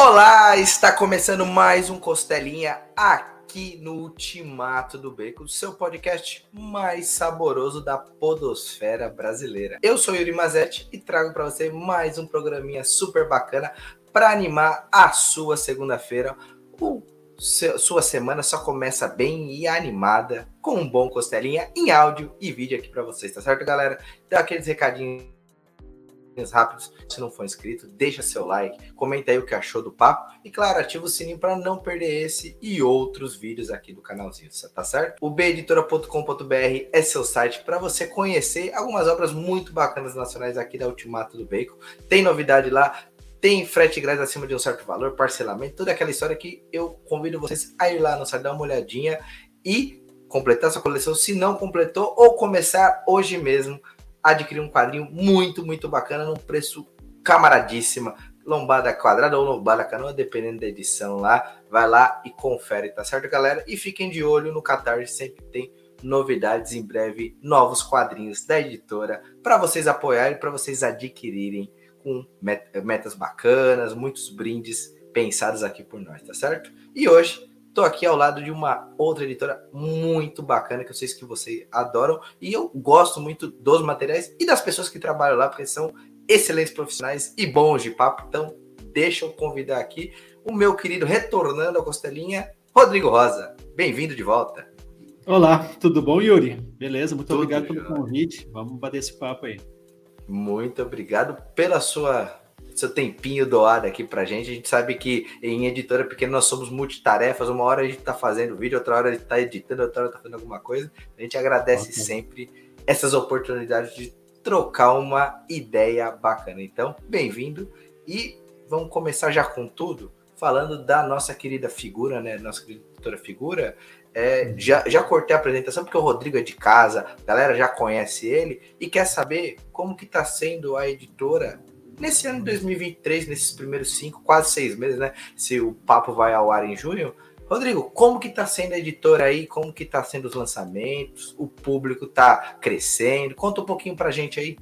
Olá, está começando mais um Costelinha aqui no Ultimato do Bacon, seu podcast mais saboroso da podosfera brasileira. Eu sou Yuri Mazetti e trago para você mais um programinha super bacana para animar a sua segunda-feira. Sua semana só começa bem e animada com um bom Costelinha em áudio e vídeo aqui para vocês, tá certo, galera? Dá aqueles recadinhos rápidos. Se não for inscrito, deixa seu like, comenta aí o que achou do papo e, claro, ativa o sininho para não perder esse e outros vídeos aqui do canalzinho, tá certo? O beditora.com.br é seu site para você conhecer algumas obras muito bacanas nacionais aqui da Ultimato do Bacon. Tem novidade lá, tem frete grátis acima de um certo valor, parcelamento, toda aquela história que eu convido vocês a ir lá no site, dar uma olhadinha e completar sua coleção, se não completou, ou começar hoje mesmo adquirir um quadrinho muito, muito bacana num preço camaradíssima, lombada quadrada ou lombada canoa, dependendo da edição lá. Vai lá e confere, tá certo, galera? E fiquem de olho no Catarse, sempre tem novidades, em breve novos quadrinhos da editora para vocês apoiarem, para vocês adquirirem com metas bacanas, muitos brindes pensados aqui por nós, tá certo? E hoje estou aqui ao lado de uma outra editora muito bacana, que eu sei que vocês adoram, e eu gosto muito dos materiais e das pessoas que trabalham lá, porque são excelentes profissionais e bons de papo. Então, deixa eu convidar aqui o meu querido, retornando ao Costelinha, Rodrigo Rosa. Bem-vindo de volta. Olá, tudo bom, Yuri? Beleza, muito Tudo obrigado pelo jóia. convite. Vamos bater esse papo aí. Muito obrigado pela seu tempinho doado aqui pra gente. A gente sabe que em editora pequena nós somos multitarefas. Uma hora a gente tá fazendo vídeo, outra hora a gente tá editando, outra hora tá fazendo alguma coisa. A gente agradece sempre essas oportunidades de trocar uma ideia bacana. Então, bem-vindo. E vamos começar já com tudo, falando da nossa querida figura, né? Nossa querida editora Figura. Já cortei a apresentação porque o Rodrigo é de casa, a galera já conhece ele e quer saber como que tá sendo a editora nesse ano de 2023, nesses primeiros 5, quase 6 meses, né? Se o papo vai ao ar em junho. Rodrigo, como que tá sendo a editora aí? Como que tá sendo os lançamentos? O público tá crescendo? Conta um pouquinho pra gente aí.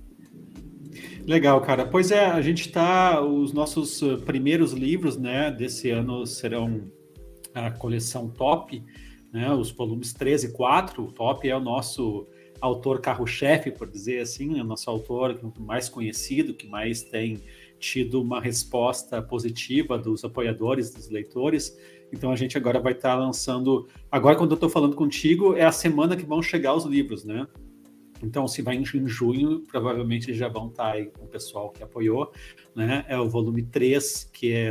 Legal, cara. Pois é, a gente tá... Os nossos primeiros livros, né, desse ano serão a coleção Top, né, os volumes 3 e 4. O Top é o nosso autor carro-chefe, por dizer assim, é o nosso autor mais conhecido, que mais tem tido uma resposta positiva dos apoiadores, dos leitores. Então a gente agora vai estar lançando... Agora, quando eu estou falando contigo, é a semana que vão chegar os livros, né? Então, se vai em junho, provavelmente eles já vão estar aí com o pessoal que apoiou, né? É o volume 3, que é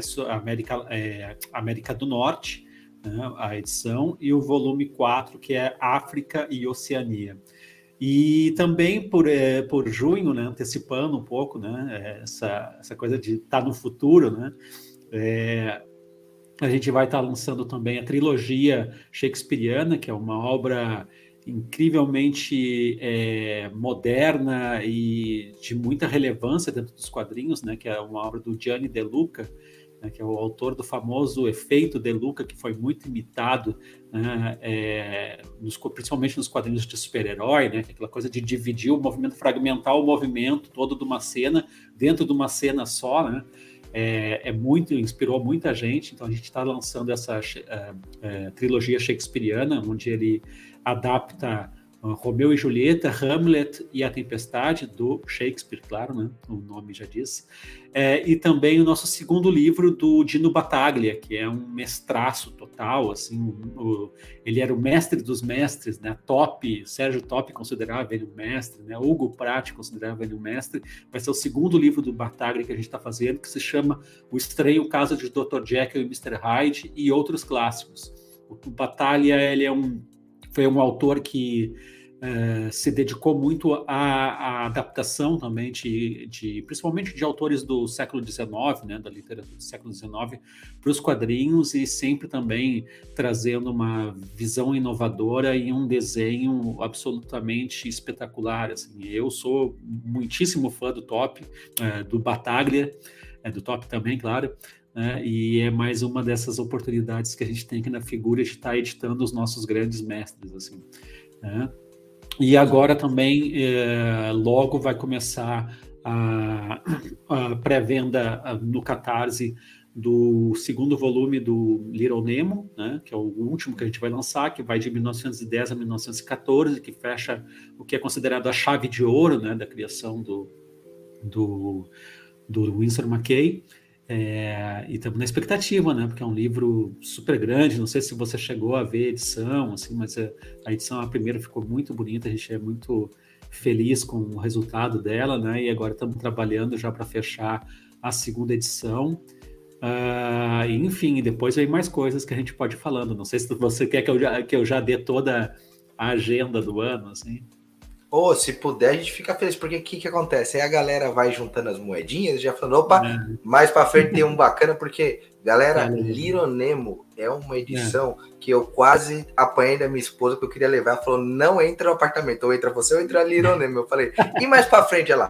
América do Norte, né, a edição, e o volume 4, que é África e Oceania. E também por junho, né, antecipando um pouco, né, essa coisa de estar no futuro, né, a gente vai estar lançando também a trilogia shakespeariana, que é uma obra incrivelmente moderna e de muita relevância dentro dos quadrinhos, né, que é uma obra do Gianni De Luca, né, que é o autor do famoso Efeito De Luca, que foi muito imitado, né, principalmente nos quadrinhos de super-herói, né, aquela coisa de dividir o movimento, fragmentar o movimento todo de uma cena, dentro de uma cena só, né, inspirou muita gente. Então a gente está lançando essa trilogia shakespeariana, onde ele adapta Romeu e Julieta, Hamlet e A Tempestade, do Shakespeare, claro, né? O nome já diz. E também o nosso segundo livro do Dino Battaglia, que é um mestraço total, assim, ele era o mestre dos mestres, né? Sérgio Top considerava ele um mestre, né? Hugo Pratt considerava ele um mestre. Vai ser o segundo livro do Battaglia que a gente está fazendo, que se chama O Estranho Caso de Dr. Jekyll e Mr. Hyde e Outros Clássicos. O Battaglia, ele foi um autor que se dedicou muito à adaptação também principalmente de autores do século XIX, né, da literatura do século XIX, para os quadrinhos, e sempre também trazendo uma visão inovadora e um desenho absolutamente espetacular. Assim. Eu sou muitíssimo fã do Top, do Battaglia, do Top também, claro. E é mais uma dessas oportunidades que a gente tem aqui na Figura de estar editando os nossos grandes mestres, assim, né? E agora também logo vai começar a pré-venda no Catarse do segundo volume do Little Nemo, né, que é o último que a gente vai lançar, que vai de 1910 a 1914, que fecha o que é considerado a chave de ouro, né, da criação do Winsor McCay. E estamos na expectativa, né? Porque é um livro super grande. Não sei se você chegou a ver a edição, assim, mas a edição, a primeira, ficou muito bonita. A gente é muito feliz com o resultado dela, né? E agora estamos trabalhando já para fechar a segunda edição. Enfim, depois vem mais coisas que a gente pode ir falando. Não sei se você quer que eu já dê toda a agenda do ano, assim. Ou, se puder, a gente fica feliz, porque o que acontece? Aí a galera vai juntando as moedinhas, já falando, opa, mais pra frente tem um bacana, porque, galera, Little Nemo é uma edição que eu quase apanhei da minha esposa, que eu queria levar, ela falou, não entra no apartamento, ou entra você ou entra Little Nemo. Eu falei, e mais pra frente, ela?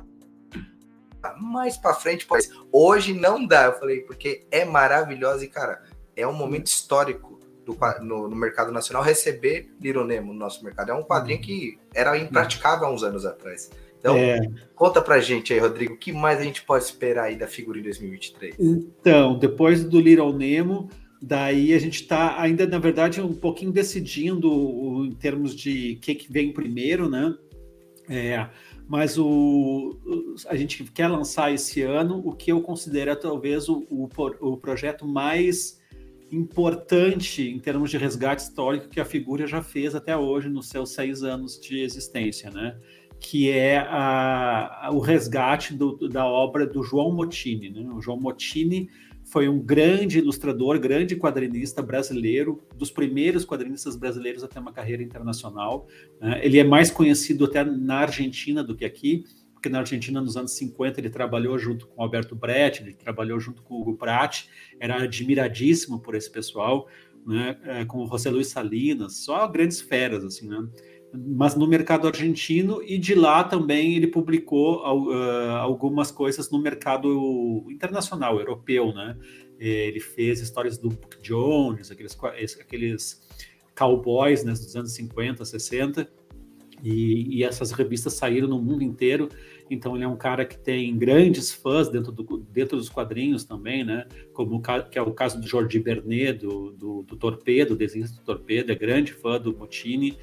Mais pra frente, pois, hoje não dá. Eu falei, porque é maravilhosa e, cara, é um momento histórico no mercado nacional receber Little Nemo no nosso mercado. É um quadrinho que era impraticável há uns anos atrás. Então, conta pra gente aí, Rodrigo, o que mais a gente pode esperar aí da figura em 2023? Então, depois do Little Nemo, daí a gente está ainda, na verdade, um pouquinho decidindo em termos de o que vem primeiro, né? Mas a gente quer lançar esse ano o que eu considero talvez o projeto mais importante em termos de resgate histórico que a figura já fez até hoje nos seus 6 anos de existência, né? Que é o resgate da obra do João Mottini, né? O João Mottini foi um grande ilustrador, grande quadrinista brasileiro, dos primeiros quadrinistas brasileiros a ter uma carreira internacional, né? Ele é mais conhecido até na Argentina do que aqui, porque na Argentina, nos anos 50, ele trabalhou junto com Alberto Brecht, ele trabalhou junto com Hugo Pratt, era admiradíssimo por esse pessoal, né, com José Luis Salinas, só grandes feras, assim, né? Mas no mercado argentino, e de lá também ele publicou algumas coisas no mercado internacional, europeu, né? Ele fez histórias do Buck Jones, aqueles cowboys, né, dos anos 50, 60, e essas revistas saíram no mundo inteiro. Então ele é um cara que tem grandes fãs dentro dos quadrinhos também, né? Como que é o caso do Jordi Bernet, do Torpedo, desenhista do Torpedo, é grande fã do Mottini.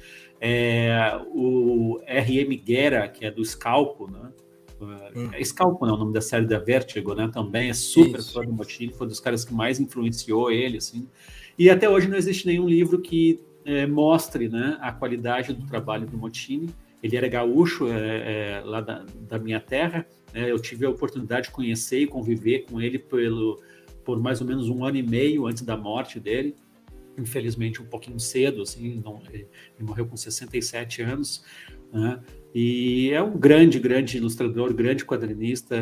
O R.M. Guerra, que é do Scalpo, né? Scalpo, né? O nome da série da Vertigo, né? Também é super fã do Mottini, foi um dos caras que mais influenciou ele, assim. E até hoje não existe nenhum livro que mostre, né, a qualidade do trabalho do Mottini. Ele era gaúcho, lá da minha terra, né? Eu tive a oportunidade de conhecer e conviver com ele por mais ou menos 1 ano e meio antes da morte dele. Infelizmente, um pouquinho cedo, assim, ele morreu com 67 anos, né? E é um grande ilustrador, grande quadrinista,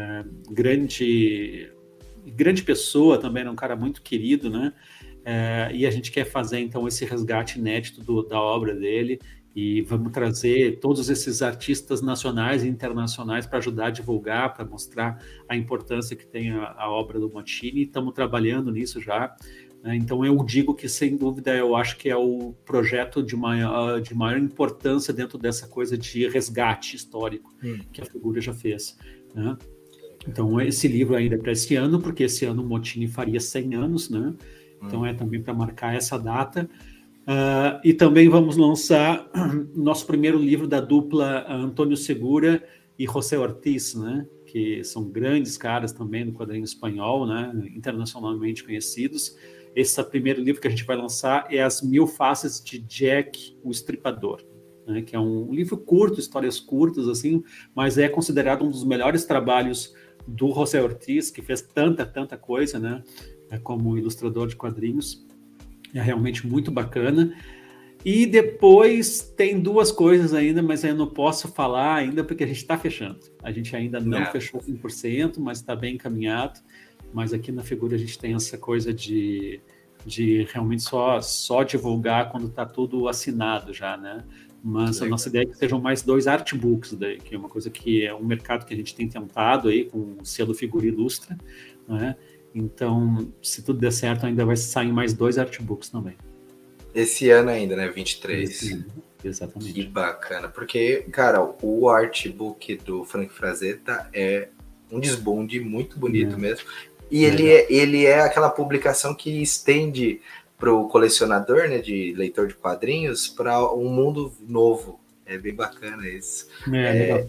grande pessoa também, é um cara muito querido, né? E a gente quer fazer, então, esse resgate inédito da obra dele, e vamos trazer todos esses artistas nacionais e internacionais para ajudar a divulgar, para mostrar a importância que tem a obra do Mottini. Estamos trabalhando nisso já. Então, eu digo que, sem dúvida, eu acho que é o projeto de maior importância dentro dessa coisa de resgate histórico que a figura já fez, né? Então, esse livro ainda é para esse ano, porque esse ano o Mottini faria 100 anos, né? Então, é também para marcar essa data. E também vamos lançar nosso primeiro livro da dupla Antônio Segura e José Ortiz, né? Que são grandes caras também do quadrinho espanhol, né? Internacionalmente conhecidos. Esse primeiro livro que a gente vai lançar é As Mil Faces de Jack, o Estripador, né? Que é um livro curto, histórias curtas, assim, mas é considerado um dos melhores trabalhos do José Ortiz, que fez tanta coisa, né? Como ilustrador de quadrinhos. É realmente muito bacana. E depois tem 2 coisas ainda, mas eu não posso falar ainda porque a gente está fechando. A gente ainda não fechou 100%, mas está bem encaminhado. Mas aqui na figura a gente tem essa coisa de realmente só divulgar quando está tudo assinado já, né? Mas a nossa ideia é que sejam mais 2 artbooks daí, que é uma coisa que é um mercado que a gente tem tentado aí com o selo Figura Ilustra, né? Então, se tudo der certo, ainda vai sair mais 2 artbooks também. Esse ano ainda, né? 23. Exatamente. Que bacana. Porque, cara, o artbook do Frank Frazetta é um desbonde muito bonito mesmo. E ele é aquela publicação que estende para o colecionador, né, de leitor de quadrinhos, para um mundo novo. É bem bacana isso. Legal.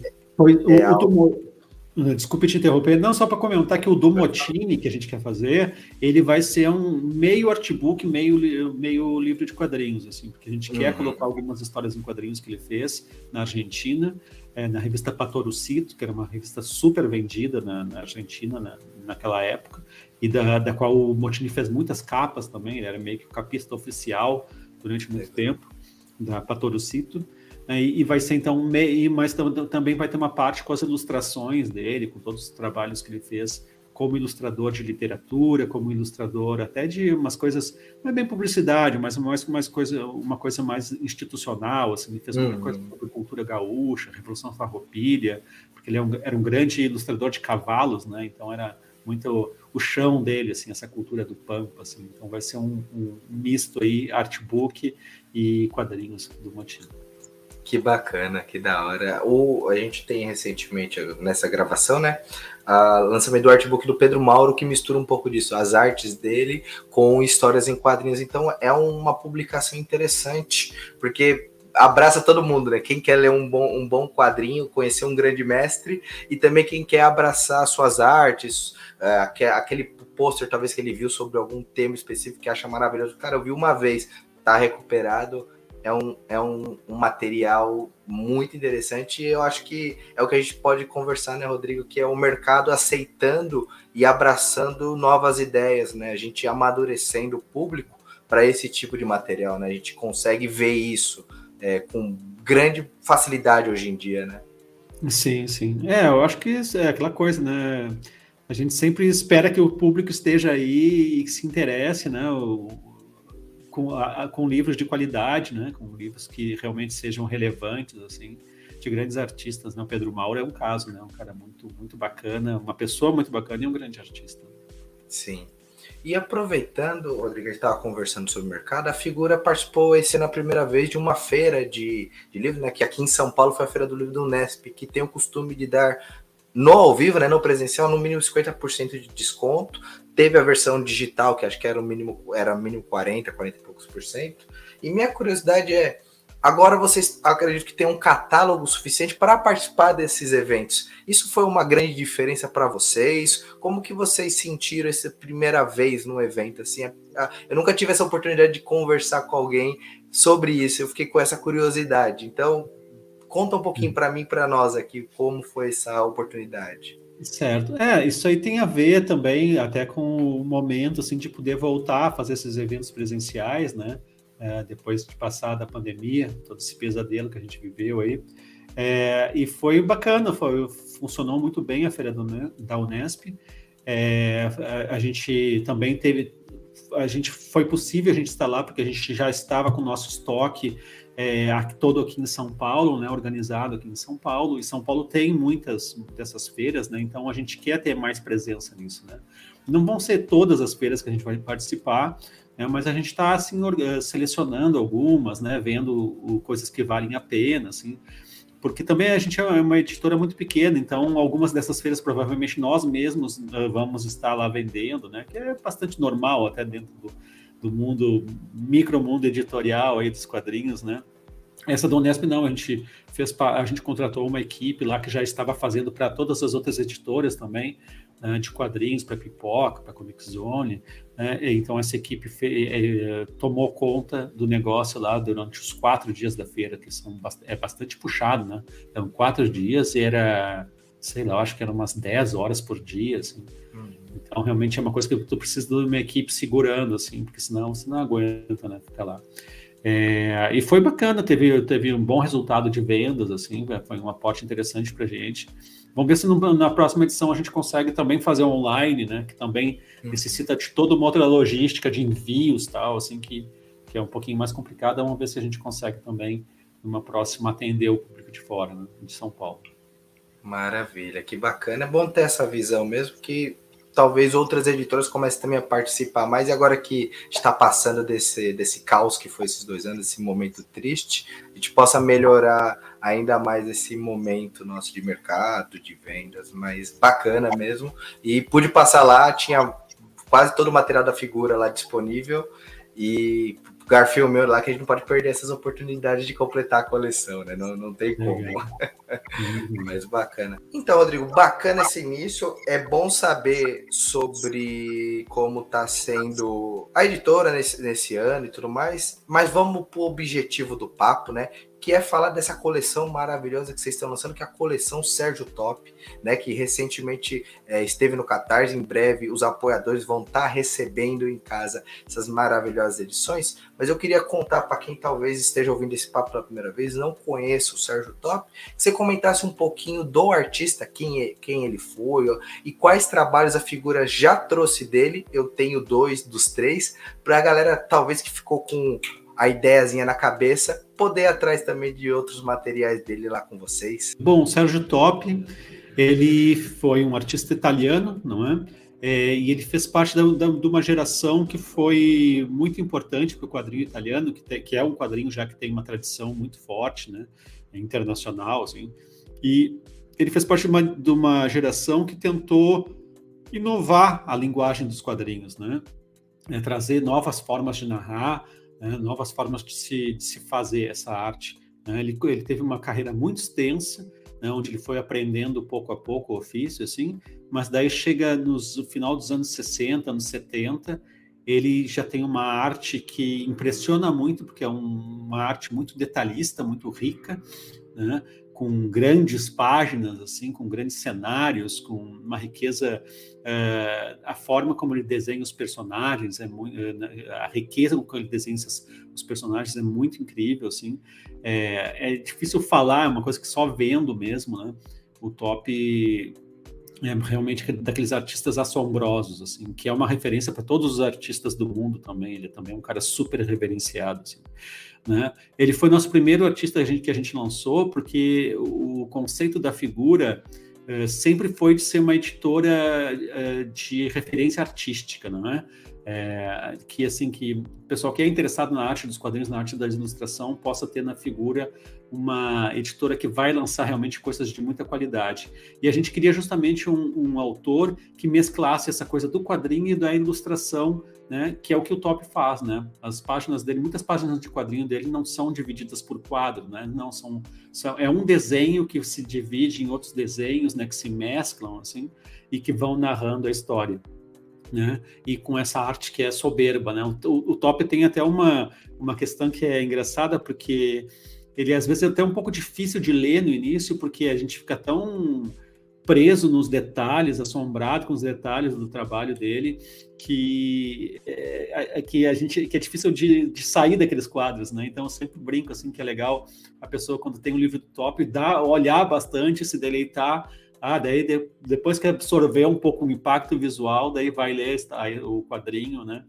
Desculpe te interromper, não, só para comentar que o do Motini, que a gente quer fazer, ele vai ser um meio artbook, meio livro de quadrinhos, assim, porque a gente quer colocar algumas histórias em quadrinhos que ele fez na Argentina, na revista Patorocito, que era uma revista super vendida na Argentina naquela época, e da qual o Motini fez muitas capas também, ele era meio que o capista oficial durante muito tempo, da Patorocito. E vai ser então, mas também vai ter uma parte com as ilustrações dele, com todos os trabalhos que ele fez como ilustrador de literatura, como ilustrador até de umas coisas, não é bem publicidade, mas uma coisa mais institucional, assim, ele fez muita coisa sobre cultura gaúcha, Revolução Farroupilha, porque ele era um grande ilustrador de cavalos, né? Então era muito o chão dele, assim, essa cultura do pampa, assim. Então vai ser um misto aí, artbook e quadrinhos do Motini. Que bacana, que da hora. A gente tem recentemente, nessa gravação, né, o lançamento do artbook do Pedro Mauro, que mistura um pouco disso, as artes dele com histórias em quadrinhos. Então é uma publicação interessante, porque abraça todo mundo, né? Quem quer ler um bom quadrinho, conhecer um grande mestre, e também quem quer abraçar suas artes, aquele pôster talvez que ele viu sobre algum tema específico que acha maravilhoso. Cara, eu vi uma vez, tá recuperado. É um material muito interessante, e eu acho que é o que a gente pode conversar, né, Rodrigo, que é o mercado aceitando e abraçando novas ideias, né, a gente amadurecendo o público para esse tipo de material, né, a gente consegue ver isso com grande facilidade hoje em dia, né. Sim, sim. Eu acho que é aquela coisa, né, a gente sempre espera que o público esteja aí e que se interesse, né, com livros de qualidade, né? Com livros que realmente sejam relevantes, assim, de grandes artistas, né? O Pedro Mauro é um caso, né? Um cara muito, muito bacana, uma pessoa muito bacana e um grande artista. Sim. E aproveitando, Rodrigo, a gente estava conversando sobre o mercado, a figura participou esse ano a primeira vez de uma feira de livro, né? Que aqui em São Paulo foi a Feira do Livro do Unesp, que tem o costume de dar no ao vivo, né, no presencial, no mínimo 50% de desconto. Teve a versão digital, que acho que era mínimo 40 e poucos por cento. E minha curiosidade é, agora vocês acredito que tem um catálogo suficiente para participar desses eventos. Isso foi uma grande diferença para vocês? Como que vocês sentiram essa primeira vez no evento? Assim, eu nunca tive essa oportunidade de conversar com alguém sobre isso, eu fiquei com essa curiosidade. Então, conta um pouquinho para mim e para nós aqui como foi essa oportunidade. Certo. Isso aí tem a ver também até com o momento assim, de poder voltar a fazer esses eventos presenciais, né? Depois de passar da pandemia, todo esse pesadelo que a gente viveu aí. E foi bacana, funcionou muito bem a feira da Unesp. A gente também teve... foi possível a gente estar lá porque a gente já estava com o nosso estoque todo aqui em São Paulo, né, organizado aqui em São Paulo, e São Paulo tem muitas dessas feiras, né, então a gente quer ter mais presença nisso, né. Não vão ser todas as feiras que a gente vai participar, né, mas a gente está assim, selecionando algumas, né, vendo coisas que valem a pena, assim, porque também a gente é uma editora muito pequena, então algumas dessas feiras provavelmente nós mesmos vamos estar lá vendendo, né, que é bastante normal até dentro do mundo, micromundo editorial aí dos quadrinhos, né? Essa do Unesp não, a gente contratou uma equipe lá que já estava fazendo para todas as outras editoras também, né, de quadrinhos, para Pipoca, para Comic Zone, né? Então essa equipe tomou conta do negócio lá durante os 4 dias da feira, que é bastante puxado, né? Então 4 dias e era, sei lá, acho que eram umas 10 horas por dia, assim. Então, realmente é uma coisa que tu precisa de uma equipe segurando, assim, porque senão você não aguenta, né, ficar lá. E foi bacana, teve um bom resultado de vendas, assim, foi um aporte interessante pra gente. Vamos ver se na próxima edição a gente consegue também fazer online, né, que também necessita de toda uma outra logística de envios, tal, assim, que é um pouquinho mais complicada. Vamos ver se a gente consegue também, numa próxima, atender o público de fora, né, de São Paulo. Maravilha, que bacana. É bom ter essa visão mesmo, que talvez outras editoras comecem também a participar mais, e agora que está passando desse caos que foi esses 2 anos, esse momento triste, a gente possa melhorar ainda mais esse momento nosso de mercado, de vendas, mas bacana mesmo. E pude passar lá, tinha quase todo o material da figura lá disponível, e garfio meu lá que a gente não pode perder essas oportunidades de completar a coleção, né? Não tem como. Mas bacana. Então, Rodrigo, bacana esse início. É bom saber sobre como está sendo a editora nesse ano e tudo mais, mas vamos para o objetivo do papo, né? Que é falar dessa coleção maravilhosa que vocês estão lançando, que é a coleção Sérgio Top, né? Que recentemente esteve no Catarse. Em breve os apoiadores vão estar recebendo em casa essas maravilhosas edições. Mas eu queria contar para quem talvez esteja ouvindo esse papo pela primeira vez, não conheça o Sérgio Top, que você comentasse um pouquinho do artista, quem ele foi e quais trabalhos a figura já trouxe dele. Eu tenho 2 dos 3, para a galera talvez que ficou com a ideiazinha na cabeça, poder ir atrás também de outros materiais dele lá com vocês. Bom, o Sérgio Top, ele foi um artista italiano, não é? E ele fez parte de uma geração que foi muito importante para o quadrinho italiano, que é um quadrinho já que tem uma tradição muito forte, né? Internacional, assim. E ele fez parte de uma geração que tentou inovar a linguagem dos quadrinhos, né? Trazer novas formas de narrar, novas formas de se fazer essa arte. Ele teve uma carreira muito extensa, onde ele foi aprendendo pouco a pouco o ofício, assim, mas daí chega no final dos anos 60, anos 70, ele já tem uma arte que impressiona muito, porque é uma arte muito detalhista, muito rica, né? Com grandes páginas, assim, com grandes cenários, com uma riqueza, a forma como ele desenha os personagens, a riqueza com que ele desenha os personagens é muito incrível, assim. É difícil falar, é uma coisa que só vendo mesmo, né? O Top é realmente daqueles artistas assombrosos, assim, que é uma referência para todos os artistas do mundo também. Ele também é um cara super reverenciado, assim, né? Ele foi nosso primeiro artista que a gente lançou, porque o conceito da figura sempre foi de ser uma editora de referência artística, não é? Que assim, que o pessoal que é interessado na arte dos quadrinhos, na arte da ilustração, possa ter na figura uma editora que vai lançar realmente coisas de muita qualidade. E a gente queria justamente um autor que mesclasse essa coisa do quadrinho e da ilustração, né, que é o que o Top faz, né? As páginas dele, muitas páginas de quadrinho dele não são divididas por quadro, né? Não é um desenho que se divide em outros desenhos, né, que se mesclam, assim, e que vão narrando a história, né? E com essa arte que é soberba, né? O Top tem até uma questão que é engraçada, porque ele às vezes é até um pouco difícil de ler no início, porque a gente fica tão preso nos detalhes, assombrado com os detalhes do trabalho dele, que é difícil de sair daqueles quadros, né? Então eu sempre brinco assim que é legal a pessoa, quando tem um livro do Top, olhar bastante, se deleitar. Daí depois que absorver um pouco o impacto visual, daí vai ler o quadrinho, né?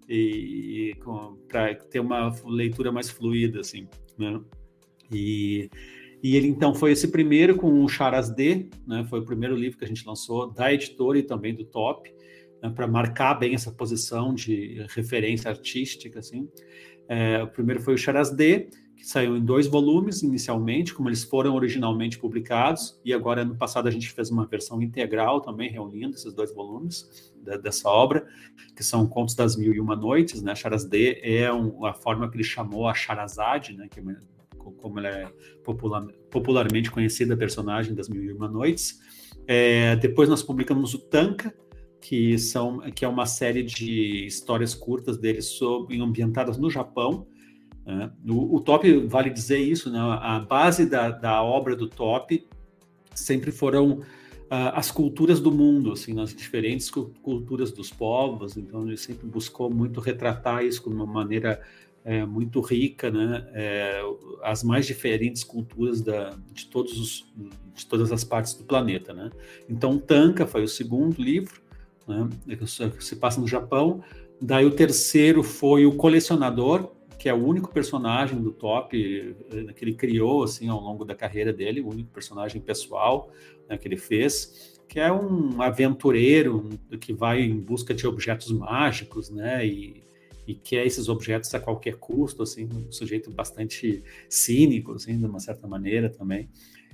Para ter uma leitura mais fluida, assim, né? E ele, então, foi esse primeiro com o Charasd, né? Foi o primeiro livro que a gente lançou da editora e também do Top, né? Para marcar bem essa posição de referência artística, assim. O primeiro foi o Charasd, que saiu em 2 volumes inicialmente, como eles foram originalmente publicados, e agora, ano passado, a gente fez uma versão integral também, reunindo esses 2 volumes dessa obra, que são Contos das Mil e Uma Noites, né? Charasd é a forma que ele chamou a Charazade, né? Como ela é popularmente conhecida, a personagem das Mil e Uma Noites. Depois nós publicamos o Tanka, que é uma série de histórias curtas dele ambientadas no Japão. O Top, vale dizer isso, né? A base da obra do Top sempre foram as culturas do mundo, assim, as diferentes culturas dos povos. Então ele sempre buscou muito retratar isso de uma maneira muito rica, né? As mais diferentes culturas de todas as partes do planeta, né? Então Tanka foi o segundo livro, né? Que se passa no Japão. Daí o terceiro foi o Colecionador, que é o único personagem do Top que ele criou, assim, ao longo da carreira dele, o único personagem pessoal, né, que ele fez. que é um aventureiro que vai em busca de objetos mágicos, né? E quer esses objetos a qualquer custo, assim, um sujeito bastante cínico, assim, de uma certa maneira também.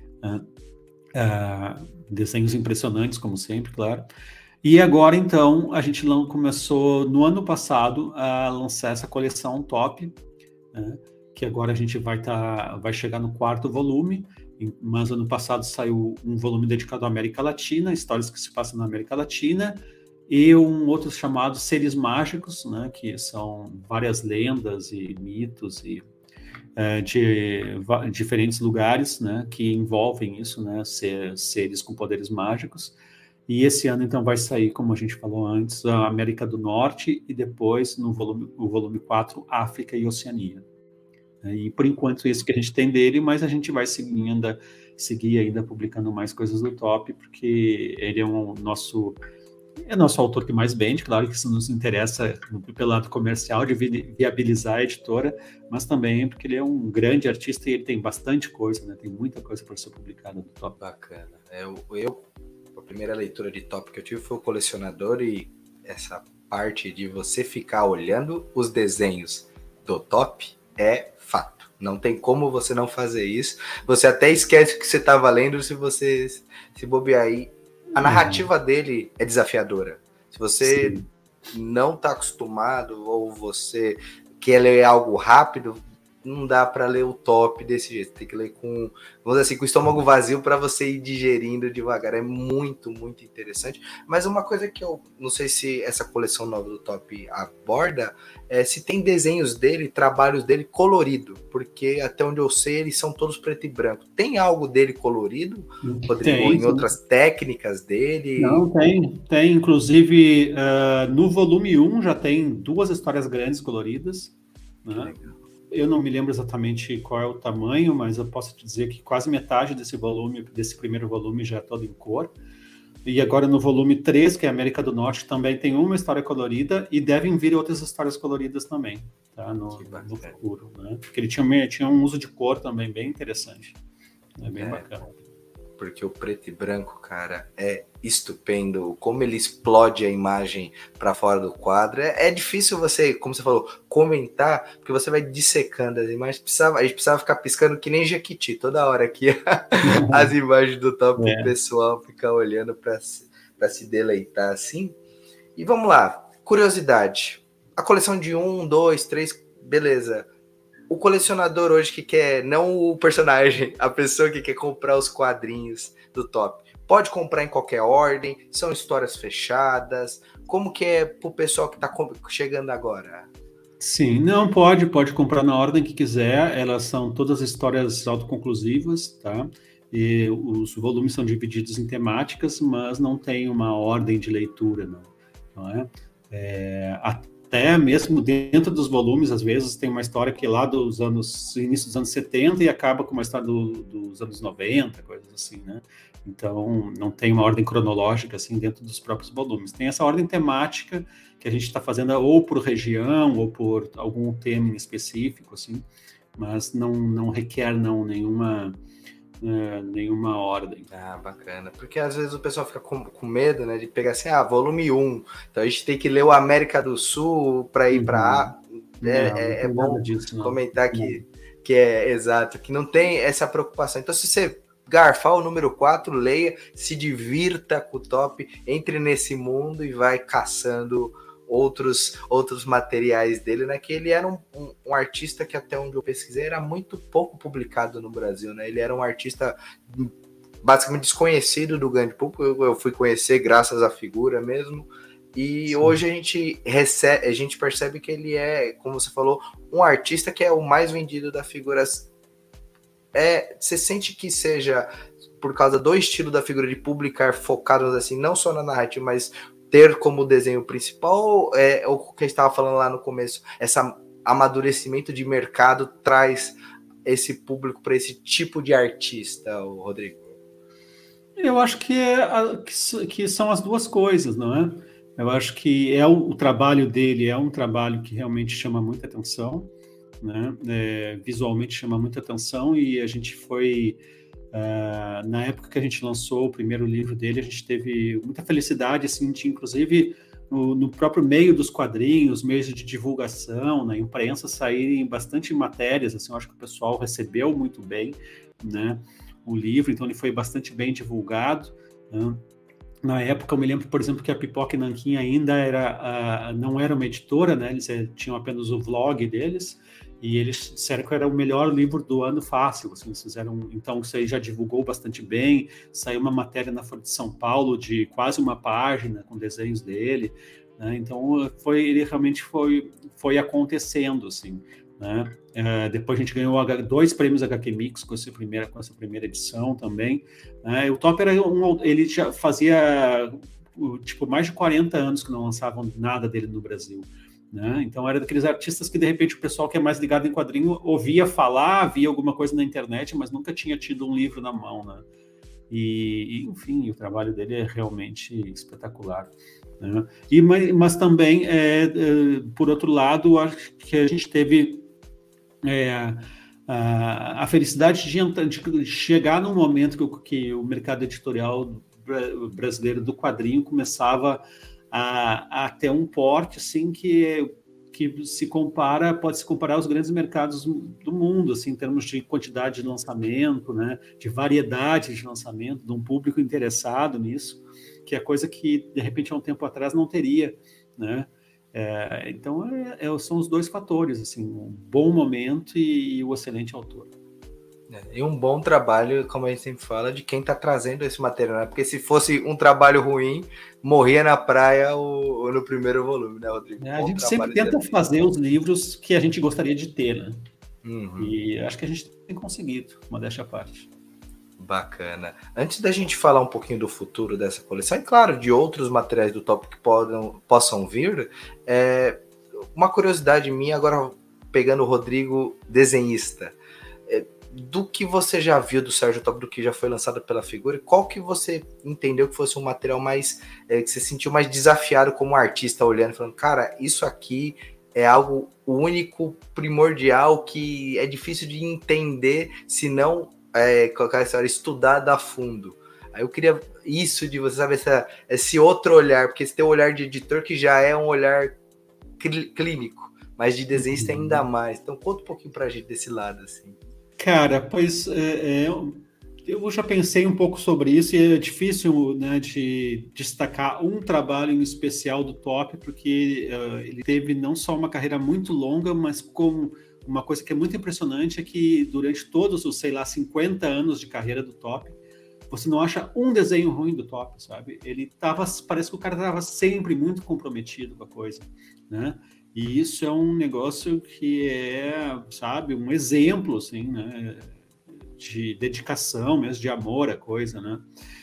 Desenhos impressionantes, como sempre, claro. E agora, então, a gente começou, no ano passado, a lançar essa coleção top, né? Que agora a gente vai chegar no 4º volume, mas ano passado saiu um volume dedicado à América Latina, histórias que se passam na América Latina, e um outro chamado Seres Mágicos, né, que são várias lendas e mitos de diferentes lugares, né, que envolvem isso, né, seres com poderes mágicos. E esse ano, então, vai sair, como a gente falou antes, a América do Norte e depois, o volume 4, África e Oceania. E, por enquanto, isso que a gente tem dele, mas a gente vai seguir ainda publicando mais coisas do top, porque ele é nosso autor que mais vende. Claro que isso nos interessa pelo lado comercial, de viabilizar a editora, mas também porque ele é um grande artista e ele tem bastante coisa, né? Tem muita coisa para ser publicada do top. Bacana. A primeira leitura de top que eu tive foi o Colecionador, e essa parte de você ficar olhando os desenhos do top é fato. Não tem como você não fazer isso. Você até esquece o que você estava lendo se você se bobear aí. A narrativa dele é desafiadora. Se você não está acostumado ou você quer ler algo rápido, não dá para ler o top desse jeito. Tem que ler com o estômago vazio para você ir digerindo devagar. É muito, muito interessante. Mas uma coisa que eu não sei se essa coleção nova do top aborda é se tem desenhos dele, trabalhos dele colorido, porque até onde eu sei eles são todos preto e branco. Tem algo dele colorido, Rodrigo, em outras técnicas dele? Não, tem. Inclusive, no volume 1 já tem 2 histórias grandes coloridas, né? Eu não me lembro exatamente qual é o tamanho, mas eu posso te dizer que quase metade desse primeiro volume já é todo em cor. E agora no volume 3, que é América do Norte, também tem uma história colorida e devem vir outras histórias coloridas também, tá? No futuro, né? Porque ele tinha um uso de cor também bem interessante. É bem bacana. Porque o preto e branco, cara, é estupendo. Como ele explode a imagem para fora do quadro. É difícil você, como você falou, comentar, porque você vai dissecando as imagens. A gente precisava ficar piscando que nem Jequiti toda hora aqui. As imagens do top, o pessoal ficar olhando para se deleitar assim. E vamos lá, curiosidade. A coleção de 1, 2, 3, beleza. O colecionador hoje que quer, não o personagem, a pessoa que quer comprar os quadrinhos do top, pode comprar em qualquer ordem? São histórias fechadas? Como que é pro pessoal que tá chegando agora? Sim, não, pode comprar na ordem que quiser. Elas são todas histórias autoconclusivas, tá? E os volumes são divididos em temáticas, mas não tem uma ordem de leitura, não é? Até mesmo dentro dos volumes, às vezes, tem uma história que é lá início dos anos 70 e acaba com uma história dos anos 90, coisas assim, né? Então, não tem uma ordem cronológica, assim, dentro dos próprios volumes. Tem essa ordem temática que a gente está fazendo ou por região ou por algum tema em específico, assim, mas não requer, nenhuma ordem. Ah, bacana. Porque às vezes o pessoal fica com medo, né, de pegar assim, volume 1. Então a gente tem que ler o América do Sul para ir para é bom disso, comentar que é exato, que não tem essa preocupação. Então se você garfar o número 4, leia, se divirta com o top, entre nesse mundo e vai caçando outros materiais dele, né? Que ele era um artista que, até onde eu pesquisei, era muito pouco publicado no Brasil, né? Ele era um artista basicamente desconhecido do grande público. Eu fui conhecer graças à figura mesmo. E sim, hoje a gente percebe que ele é, como você falou, um artista que é o mais vendido da figura. Você sente que seja por causa do estilo da figura de publicar focados assim, não só na narrativa, mas ter como desenho principal, o que a gente estava falando lá no começo, esse amadurecimento de mercado traz esse público para esse tipo de artista, Rodrigo? Eu acho que são as duas coisas, não é? Eu acho que o trabalho dele é um trabalho que realmente chama muita atenção, né? Visualmente chama muita atenção, e a gente foi Na época que a gente lançou o primeiro livro dele, a gente teve muita felicidade, assim, de, inclusive, no próprio meio dos quadrinhos, meios de divulgação, na imprensa, saírem bastante matérias, assim, eu acho que o pessoal recebeu muito bem, né, o livro, então ele foi bastante bem divulgado, né? Na época, eu me lembro, por exemplo, que a Pipoca e Nanquim ainda não era uma editora, né? Eles tinham apenas o vlog deles, e eles disseram que era o melhor livro do ano fácil. Assim, eles fizeram, então, isso aí já divulgou bastante bem. Saiu uma matéria na Folha de São Paulo de quase uma página com desenhos dele, né? Então, ele realmente foi acontecendo, assim, né? Depois a gente ganhou 2 prêmios HQ Mix com essa primeira edição também, né? O Top ele já fazia tipo mais de 40 anos que não lançavam nada dele no Brasil, né? Então era daqueles artistas que de repente o pessoal que é mais ligado em quadrinho ouvia falar, via alguma coisa na internet, mas nunca tinha tido um livro na mão, né? E enfim, o trabalho dele é realmente espetacular, né? Mas também, por outro lado, acho que a gente teve a felicidade de chegar num momento que o mercado editorial brasileiro do quadrinho começava a ter um porte assim que pode se comparar aos grandes mercados do mundo, assim, em termos de quantidade de lançamento, né, de variedade de lançamento, de um público interessado nisso, que é coisa que de repente há um tempo atrás não teria, né? Então, são os 2 fatores, assim, um bom momento e o excelente autor. E um bom trabalho, como a gente sempre fala, de quem está trazendo esse material, né? Porque se fosse um trabalho ruim, morria na praia no primeiro volume, né, Rodrigo? A gente sempre tenta fazer os livros que a gente gostaria de ter, né? Uhum. E acho que a gente tem conseguido, modéstia à parte. Bacana. Antes da gente falar um pouquinho do futuro dessa coleção, e claro, de outros materiais do Top que possam vir, uma curiosidade minha, agora pegando o Rodrigo, desenhista, do que você já viu do Sérgio Top, do que já foi lançado pela figura, qual que você entendeu que fosse um material mais, que você sentiu mais desafiado como artista, olhando, falando, cara, isso aqui é algo único, primordial, que é difícil de entender, se não colocar essa hora, estudar a fundo. Aí eu queria isso de você, sabe, esse outro olhar, porque esse teu olhar de editor que já é um olhar clínico, mas de desenhista ainda mais. Então conta um pouquinho pra gente desse lado, assim. Cara, pois eu já pensei um pouco sobre isso e é difícil, né, de destacar um trabalho em especial do Top, porque ele teve não só uma carreira muito longa, mas com uma coisa que é muito impressionante é que durante todos os, sei lá, 50 anos de carreira do Top, você não acha um desenho ruim do Top, sabe? Parece que o cara estava sempre muito comprometido com a coisa, né? E isso é um negócio que sabe, um exemplo, assim, né, de dedicação mesmo, de amor à coisa, né?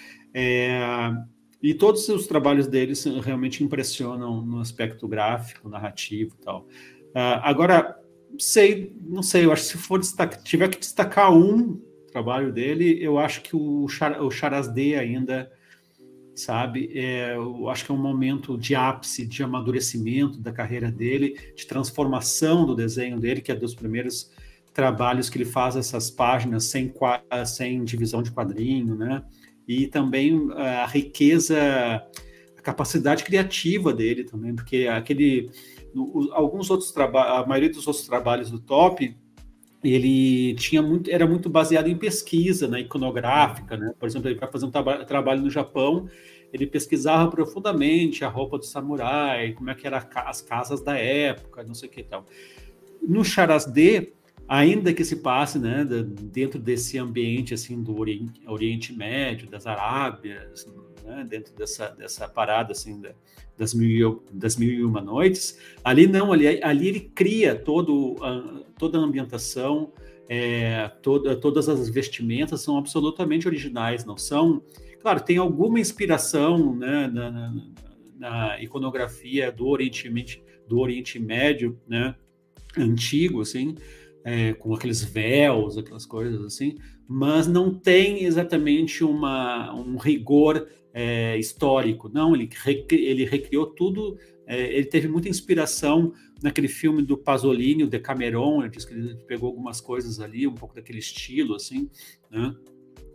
E todos os trabalhos deles realmente impressionam no aspecto gráfico, narrativo e tal. Agora, não sei, eu acho que se tiver que destacar um trabalho dele, eu acho que o Charazde ainda, sabe, eu acho que é um momento de ápice, de amadurecimento da carreira dele, de transformação do desenho dele, que é dos primeiros trabalhos que ele faz essas páginas sem divisão de quadrinho, né? E também a riqueza, a capacidade criativa dele também, porque alguns outros trabalhos, a maioria dos outros trabalhos do Top, ele era muito baseado em pesquisa, né, iconográfica, né? Por exemplo, ele vai fazer um trabalho no Japão, ele pesquisava profundamente a roupa do samurai, como é que eram as casas da época, não sei o que e tal. No Charazde, ainda que se passe, né, dentro desse ambiente assim do Oriente Médio, das Arábias, né, dentro dessa parada assim das mil e uma noites, ali ele cria toda a ambientação, todas as vestimentas são absolutamente originais, não são. Claro, tem alguma inspiração, né, na iconografia do Oriente Médio, né, antigo, assim, com aqueles véus, aquelas coisas assim, mas não tem exatamente um rigor histórico. Não, ele recriou tudo. Ele teve muita inspiração naquele filme do Pasolini, o Decameron. Ele disse que ele pegou algumas coisas ali, um pouco daquele estilo, assim, né?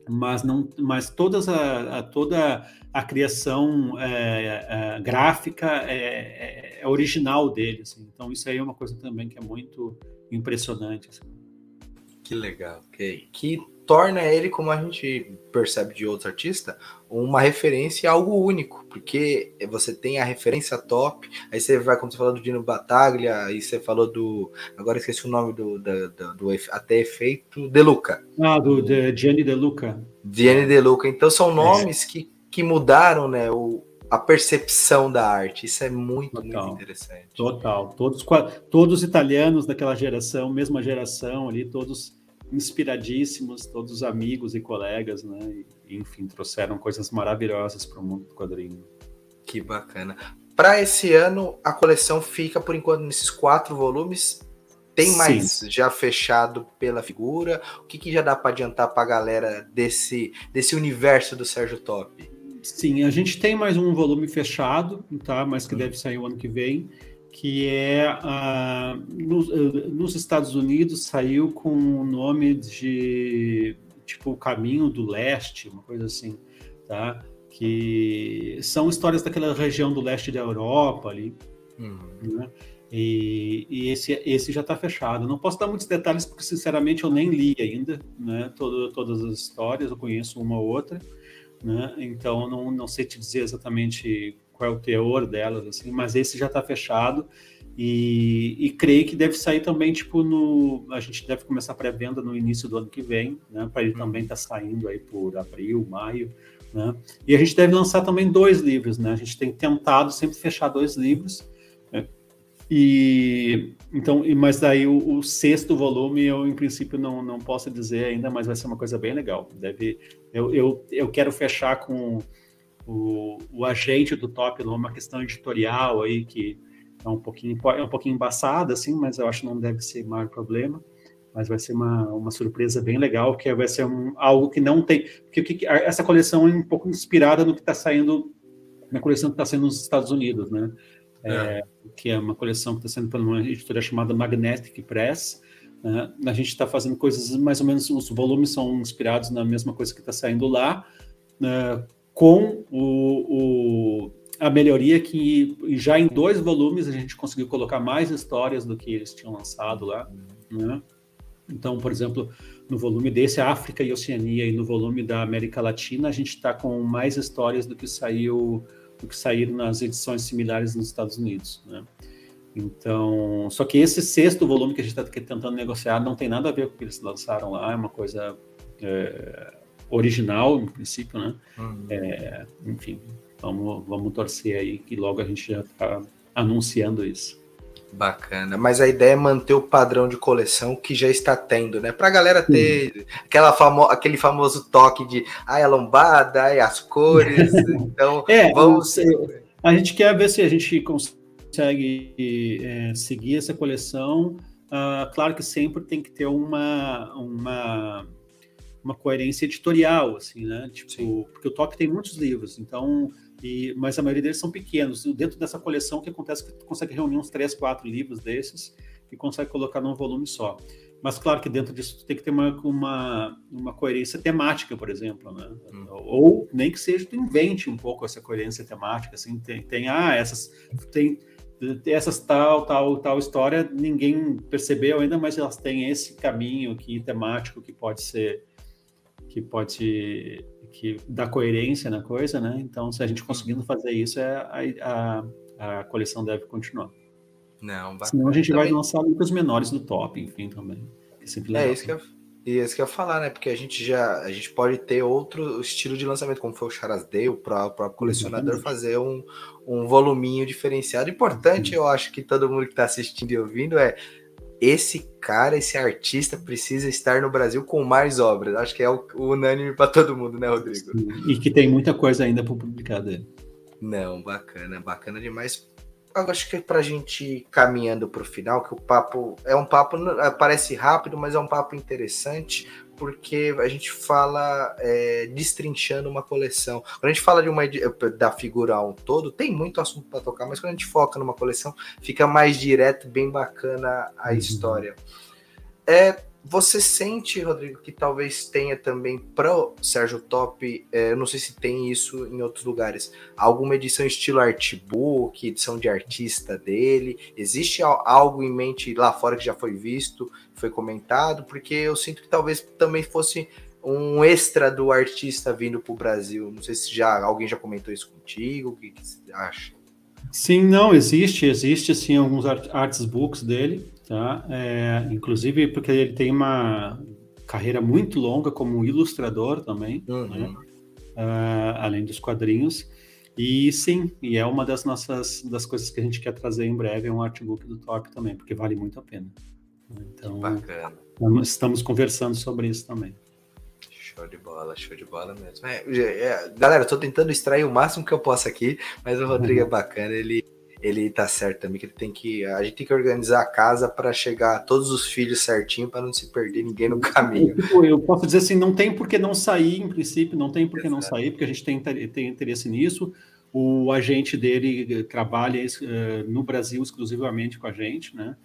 mas toda a criação gráfica é original dele, assim. Então isso aí é uma coisa também que é muito impressionante, assim. Que legal, que torna ele, como a gente percebe de outros artistas, uma referência, algo único, porque você tem a referência top, aí você vai, como você falou do Dino Battaglia, aí você falou agora esqueci o nome do até efeito, De Luca. Do Gianni De Luca. Gianni De Luca, então são nomes que mudaram, né, a percepção da arte, isso é muito interessante. Total, todos italianos daquela geração, mesma geração ali, todos inspiradíssimos, todos amigos e colegas, né? E, enfim, trouxeram coisas maravilhosas para o mundo do quadrinho. Que bacana. Para esse ano, a coleção fica, por enquanto, nesses 4 volumes. Tem mais já fechado pela figura? O que já dá para adiantar para a galera desse universo do Sérgio Top? Sim, a gente tem mais um volume fechado, tá? Mas que deve sair o ano que vem, que é nos Estados Unidos saiu com o nome de tipo o Caminho do Leste, uma coisa assim, tá? Que são histórias daquela região do leste da Europa ali, né? E esse já está fechado. Não posso dar muitos detalhes porque sinceramente eu nem li ainda, né? Todas as histórias, eu conheço uma ou outra, né? Então não sei te dizer exatamente qual é o teor delas, assim, mas esse já está fechado e creio que deve sair também, tipo, a gente deve começar a pré-venda no início do ano que vem, né, para ele também estar saindo aí por abril, maio, né, e a gente deve lançar também 2 livros, né, a gente tem tentado sempre fechar 2 livros, né, mas daí o 6º volume eu, em princípio, não posso dizer ainda, mas vai ser uma coisa bem legal, eu quero fechar com o agente do Top, uma questão editorial aí que é um pouquinho embaçada, assim, mas eu acho que não deve ser maior problema, mas vai ser uma surpresa bem legal, que vai ser algo que não tem, porque essa coleção é um pouco inspirada no que está saindo, na coleção que está saindo nos Estados Unidos, né, que é uma coleção que está sendo por uma editora chamada Magnetic Press, né? A gente está fazendo coisas, mais ou menos, os volumes são inspirados na mesma coisa que está saindo lá, né, com a melhoria que já em 2 volumes a gente conseguiu colocar mais histórias do que eles tinham lançado lá, né? Então, por exemplo, no volume desse, África e Oceania, e no volume da América Latina, a gente está com mais histórias do que saíram nas edições similares nos Estados Unidos, né? Então, só que esse 6º volume que a gente está tentando negociar não tem nada a ver com o que eles lançaram lá, é uma coisa original, no princípio, né? Enfim, vamos torcer aí que logo a gente já está anunciando isso. Bacana, mas a ideia é manter o padrão de coleção que já está tendo, né? Pra galera ter aquele famoso toque de a lombada, as cores, então vamos... A gente quer ver se a gente consegue seguir essa coleção, claro que sempre tem que ter uma coerência editorial, assim, né? Tipo, porque o Top tem muitos livros, então, mas a maioria deles são pequenos. Dentro dessa coleção, o que acontece é que tu consegue reunir uns 3, 4 livros desses e consegue colocar num volume só. Mas claro que dentro disso tu tem que ter uma coerência temática, por exemplo, né? Ou nem que seja tu invente um pouco essa coerência temática, assim, essas tal história ninguém percebeu ainda, mas elas têm esse caminho aqui temático que dá coerência na coisa, né? Então, se a gente conseguindo fazer isso, a coleção deve continuar. Não, senão a gente vai lançar livros menores do Top, enfim, também. É sempre legal. Isso que eu ia falar, né? Porque a gente pode ter outro estilo de lançamento, como foi o Charasdale, o próprio colecionador fazer um voluminho diferenciado. Importante, eu acho que todo mundo que está assistindo e ouvindo esse artista precisa estar no Brasil com mais obras. Acho que é o unânime para todo mundo, né, Rodrigo? Sim. E que tem muita coisa ainda para publicar dele. Não, bacana demais. Eu acho que pra gente ir caminhando pro final, que o papo parece rápido, mas é um papo interessante, porque a gente fala destrinchando uma coleção. Quando a gente fala da figura ao todo, tem muito assunto para tocar, mas quando a gente foca numa coleção, fica mais direto, bem bacana a história. Você sente, Rodrigo, que talvez tenha também para o Sérgio Top, eu não sei se tem isso em outros lugares, alguma edição estilo artbook, edição de artista dele? Existe algo em mente lá fora que já foi visto, foi comentado? Porque eu sinto que talvez também fosse um extra do artista vindo para o Brasil. Não sei se alguém já comentou isso contigo, o que você acha? Sim, não, existe sim alguns artbooks dele, tá? Inclusive porque ele tem uma carreira muito longa como ilustrador também, né? Além dos quadrinhos. E sim, e é uma das coisas que a gente quer trazer em breve, é um artbook do Top também, porque vale muito a pena. Então, bacana. Estamos conversando sobre isso também. Show de bola mesmo. Galera, eu tô tentando extrair o máximo que eu posso aqui, mas o Rodrigo é bacana, ele tá certo também, que a gente tem que organizar a casa para chegar todos os filhos certinho, para não se perder ninguém no caminho. Eu posso dizer assim, não tem por que não sair, em princípio, não tem por que não sair, porque a gente tem interesse nisso. O agente dele trabalha no Brasil exclusivamente com a gente, né?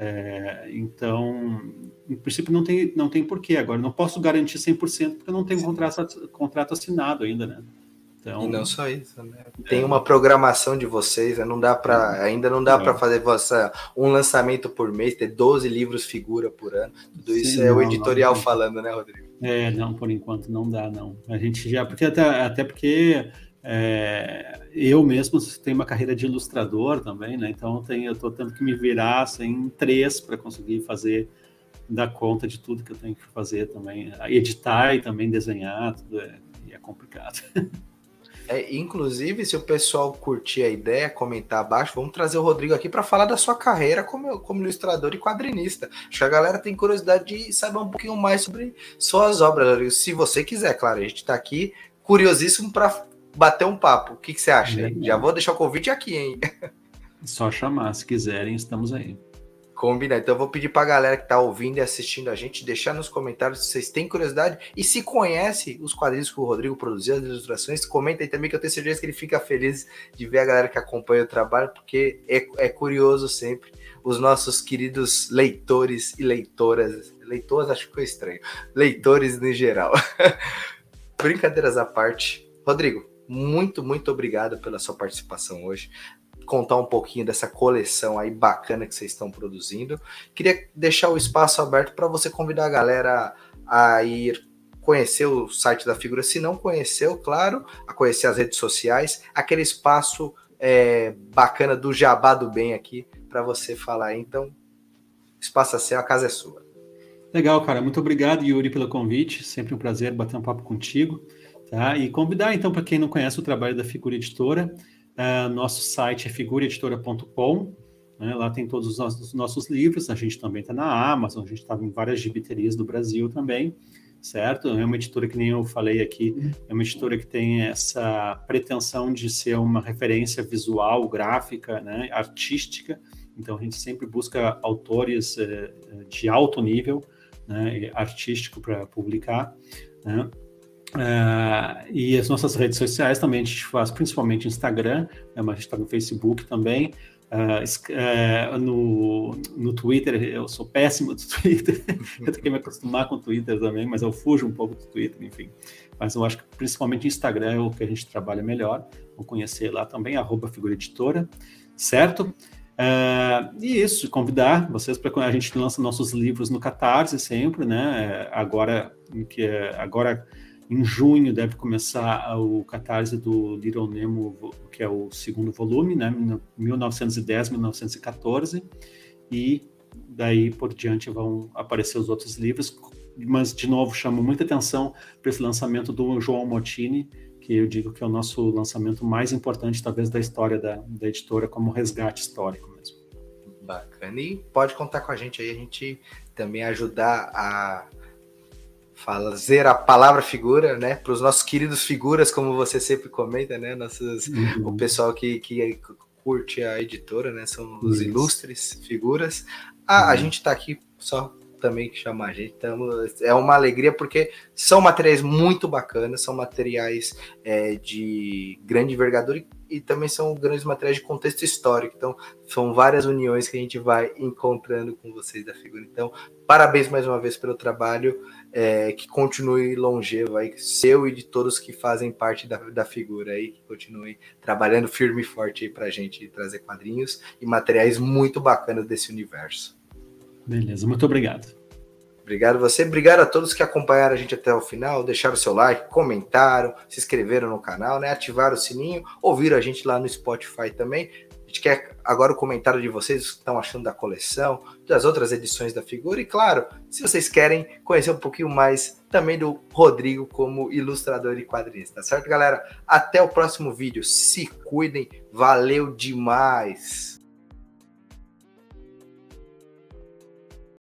Então, em princípio, não tem porquê. Agora, não posso garantir 100% porque eu não tenho contrato assinado ainda, né? Então, e não só isso, né? Tem uma programação de vocês, né? Ainda não dá para fazer um lançamento por mês, ter 12 livros figura por ano. Tudo isso o editorial falando, né, Rodrigo? Não, por enquanto não dá, não. A gente já, porque até porque eu mesmo tenho uma carreira de ilustrador também, né? Então eu estou tendo que me virar em 3 para conseguir dar conta de tudo que eu tenho que fazer também, editar e também desenhar, tudo é complicado. Inclusive, se o pessoal curtir a ideia, comentar abaixo, vamos trazer o Rodrigo aqui para falar da sua carreira como ilustrador e quadrinista. Acho que a galera tem curiosidade de saber um pouquinho mais sobre suas obras, Rodrigo. Se você quiser, claro, a gente está aqui curiosíssimo para bater um papo. O que você acha? Já vou deixar o convite aqui, hein? Só chamar, se quiserem, estamos aí. Combinado. Então eu vou pedir para a galera que está ouvindo e assistindo a gente deixar nos comentários se vocês têm curiosidade e se conhece os quadrinhos que o Rodrigo produziu, as ilustrações, comenta aí também, que eu tenho certeza que ele fica feliz de ver a galera que acompanha o trabalho, porque é curioso sempre os nossos queridos leitores e leitoras acho que foi estranho, leitores em geral. Brincadeiras à parte, Rodrigo, muito obrigado pela sua participação hoje, contar um pouquinho dessa coleção aí bacana que vocês estão produzindo. Queria deixar o espaço aberto para você convidar a galera a ir conhecer o site da Figura, se não conheceu, claro, a conhecer as redes sociais, aquele espaço bacana do Jabá do Bem aqui para você falar. Então, espaço é seu, a casa é sua. Legal, cara. Muito obrigado, Yuri, pelo convite. Sempre um prazer bater um papo contigo. Tá? E convidar, então, para quem não conhece o trabalho da Figura Editora, nosso site é figuraeditora.com, né? Lá tem todos os nossos livros. A gente também está na Amazon, a gente está em várias gibiterias do Brasil também, certo? É uma editora que nem eu falei aqui, é uma editora que tem essa pretensão de ser uma referência visual, gráfica, né? Artística. Então a gente sempre busca autores de alto nível, né? Artístico para publicar, né? E as nossas redes sociais também a gente faz, principalmente Instagram, né, mas a gente está no Facebook também, no Twitter. Eu sou péssimo do Twitter, eu tenho que me acostumar com o Twitter também, mas eu fujo um pouco do Twitter, enfim. Mas eu acho que principalmente Instagram é o que a gente trabalha melhor. Vou conhecer lá também, @figuraeditora, certo? E isso, convidar vocês para a gente lança nossos livros no Catarse sempre, né? Agora em junho deve começar o Catarse do Little Nemo, que é o segundo volume, né? 1910-1914, e daí por diante vão aparecer os outros livros, mas de novo chamo muita atenção para esse lançamento do João Mottini, que eu digo que é o nosso lançamento mais importante, talvez, da história da editora, como resgate histórico mesmo. Bacana. E pode contar com a gente aí, a gente também ajudar a fazer a palavra figura, né, para os nossos queridos figuras, como você sempre comenta, né, o pessoal que curte a editora, né, são os ilustres figuras. A gente está aqui só também que chamar a gente, é uma alegria, porque são materiais muito bacanas, são materiais de grande envergadura, e também são grandes materiais de contexto histórico. Então, são várias uniões que a gente vai encontrando com vocês da figura. Então, parabéns mais uma vez pelo trabalho, que continue longevo aí, seu e de todos que fazem parte da figura aí, que continuem trabalhando firme e forte aí pra gente trazer quadrinhos e materiais muito bacanas desse universo. Beleza, muito obrigado. Obrigado a você, obrigado a todos que acompanharam a gente até o final, deixaram o seu like, comentaram, se inscreveram no canal, né? Ativaram o sininho, ouviram a gente lá no Spotify também. A gente quer agora o comentário de vocês, o que estão achando da coleção, das outras edições da figura e, claro, se vocês querem conhecer um pouquinho mais também do Rodrigo como ilustrador e quadrinista, tá certo, galera? Até o próximo vídeo, se cuidem, valeu demais!